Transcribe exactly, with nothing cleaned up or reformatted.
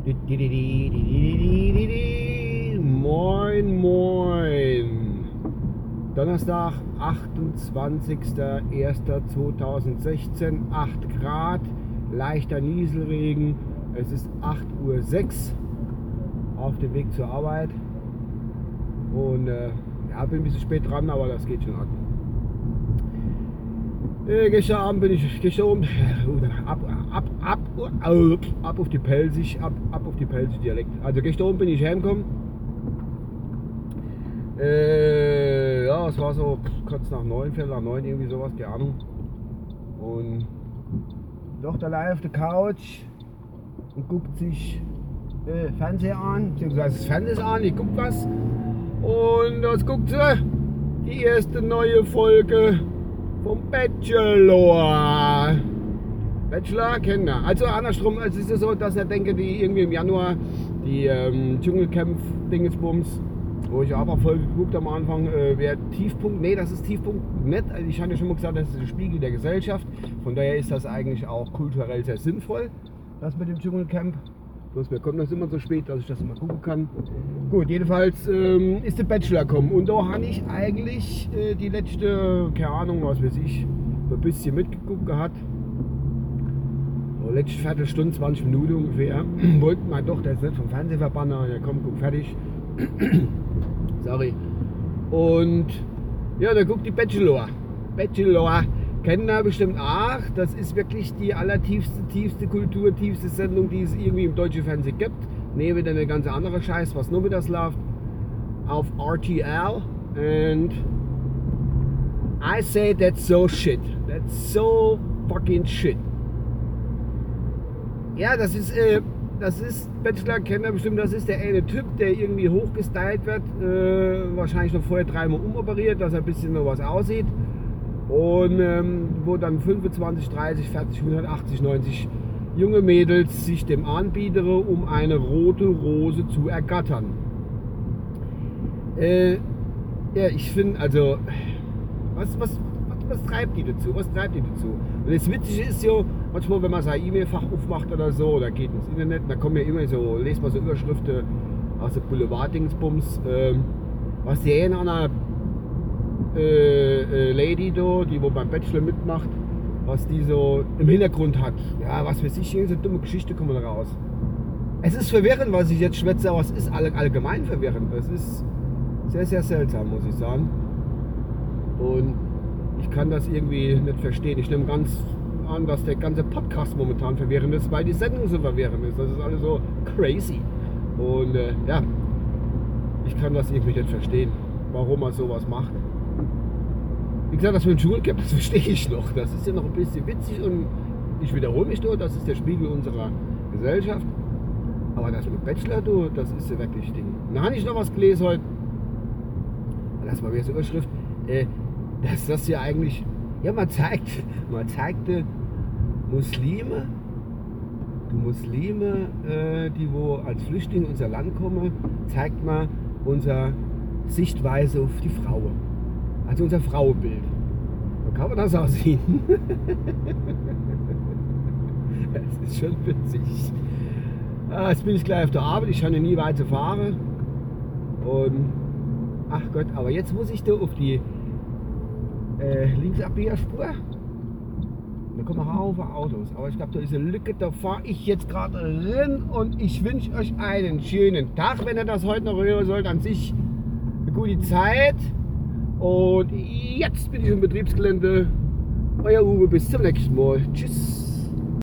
Moin, moin. Donnerstag, achtundzwanzigster erster zweitausendsechzehn, acht Grad, leichter Nieselregen. Es ist acht Uhr sechs auf dem Weg zur Arbeit. Und äh, ja, bin ein bisschen spät dran, aber das geht schon an. Äh, gestern Abend bin ich, gestern Abend, ab, ab, ab, ab, ab auf die Pelzig, ab, ab auf die Pelzig Dialekt. Also gestern Abend bin ich heimgekommen. Äh, ja, es war so kurz nach neun, viertel nach neun, irgendwie sowas, keine Ahnung. Und doch allein auf der Couch und guckt sich äh, Fernseher an, beziehungsweise das Fernseher an, ich guck was. Und was guckt sie? Die erste neue Folge vom Bachelor. Bachelor kennen wir. Also andersrum, es ist ja so, dass ich denke, die irgendwie im Januar die ähm, Dschungelcamp-Dingensbums, wo ich auch eine Folge geguckt am Anfang, äh, wäre Tiefpunkt. Nee, das ist Tiefpunkt nicht. Also ich habe ja schon mal gesagt, das ist der Spiegel der Gesellschaft. Von daher ist das eigentlich auch kulturell sehr sinnvoll, das mit dem Dschungelcamp. Bloß mir kommt das immer so spät, dass ich das immer gucken kann. Gut, jedenfalls ähm, ist der Bachelor gekommen. Und da habe ich eigentlich äh, die letzte, keine Ahnung, was weiß ich, so ein bisschen mitgeguckt gehabt. So, letzte Viertelstunde, zwanzig Minuten ungefähr. Wollten meine Tochter jetzt nicht vom Fernseher verbannen, ja komm, guck, fertig. Sorry. Und ja, da guckt die Bachelor. Bachelor. Kennen da bestimmt auch. Das ist wirklich die allertiefste, tiefste Kultur, tiefste Sendung, die es irgendwie im deutschen Fernsehen gibt. Nee, wieder eine ganz andere Scheiß, was nur mit das läuft. Auf R T L. And I say that's so shit. That's so fucking shit. Ja, das ist, äh, das ist, Bachelor kennt er bestimmt, das ist der eine Typ, der irgendwie hochgestylt wird. Äh, wahrscheinlich noch vorher dreimal umoperiert, dass er ein bisschen noch was aussieht. Und ähm, wo dann fünfundzwanzig, dreißig, vierzig, hundertachtzig, neunzig junge Mädels sich dem anbieten, um eine rote Rose zu ergattern. Äh, ja, ich finde, also, was, was, was, was treibt die dazu? Was treibt die dazu? Und das Witzige ist ja, manchmal, wenn man sein E-Mail-Fach aufmacht oder so, oder geht ins Internet, da kommen ja immer so, lest mal so Überschriften aus der Boulevard-Dingsbums, äh, was die eine an einer Äh, äh, Lady da, die wo beim Bachelor mitmacht, was die so im Hintergrund hat. Ja, was weiß ich, so dumme Geschichte kommen raus. Es ist verwirrend, was ich jetzt schwätze, aber es ist all, allgemein verwirrend. Es ist sehr, sehr seltsam, muss ich sagen. Und ich kann das irgendwie nicht verstehen. Ich nehme ganz an, dass der ganze Podcast momentan verwirrend ist, weil die Sendung so verwirrend ist. Das ist alles so crazy. Und äh, ja, ich kann das irgendwie nicht verstehen, warum man sowas macht. Wie gesagt, das mit dem Dschungelcamp, das verstehe ich noch. Das ist ja noch ein bisschen witzig und ich wiederhole mich nur, das ist der Spiegel unserer Gesellschaft. Aber das mit Bachelor, du, das ist ja wirklich Ding. Da habe ich noch was gelesen heute. Lass mal wieder so Überschrift. Äh, dass das ja eigentlich, ja, man zeigt, man zeigte Muslime, die Muslime, äh, die wo als Flüchtlinge in unser Land kommen, zeigt man unsere Sichtweise auf die Frauen. Also unser Frauenbild. So kann man das auch sehen. Es ist schon witzig. Ah, jetzt bin ich gleich auf der Arbeit. Ich kann ja nie weiter fahren. Und ach Gott, aber jetzt muss ich da auf die äh, Linksabbiegerspur. Da kommen Haufen Autos. Aber ich glaube, da ist eine Lücke. Da fahre ich jetzt gerade rein. Und ich wünsche euch einen schönen Tag, wenn ihr das heute noch hören sollt. An sich eine gute Zeit. Und jetzt bin ich im Betriebsgelände. Euer Uwe, bis zum nächsten Mal. Tschüss.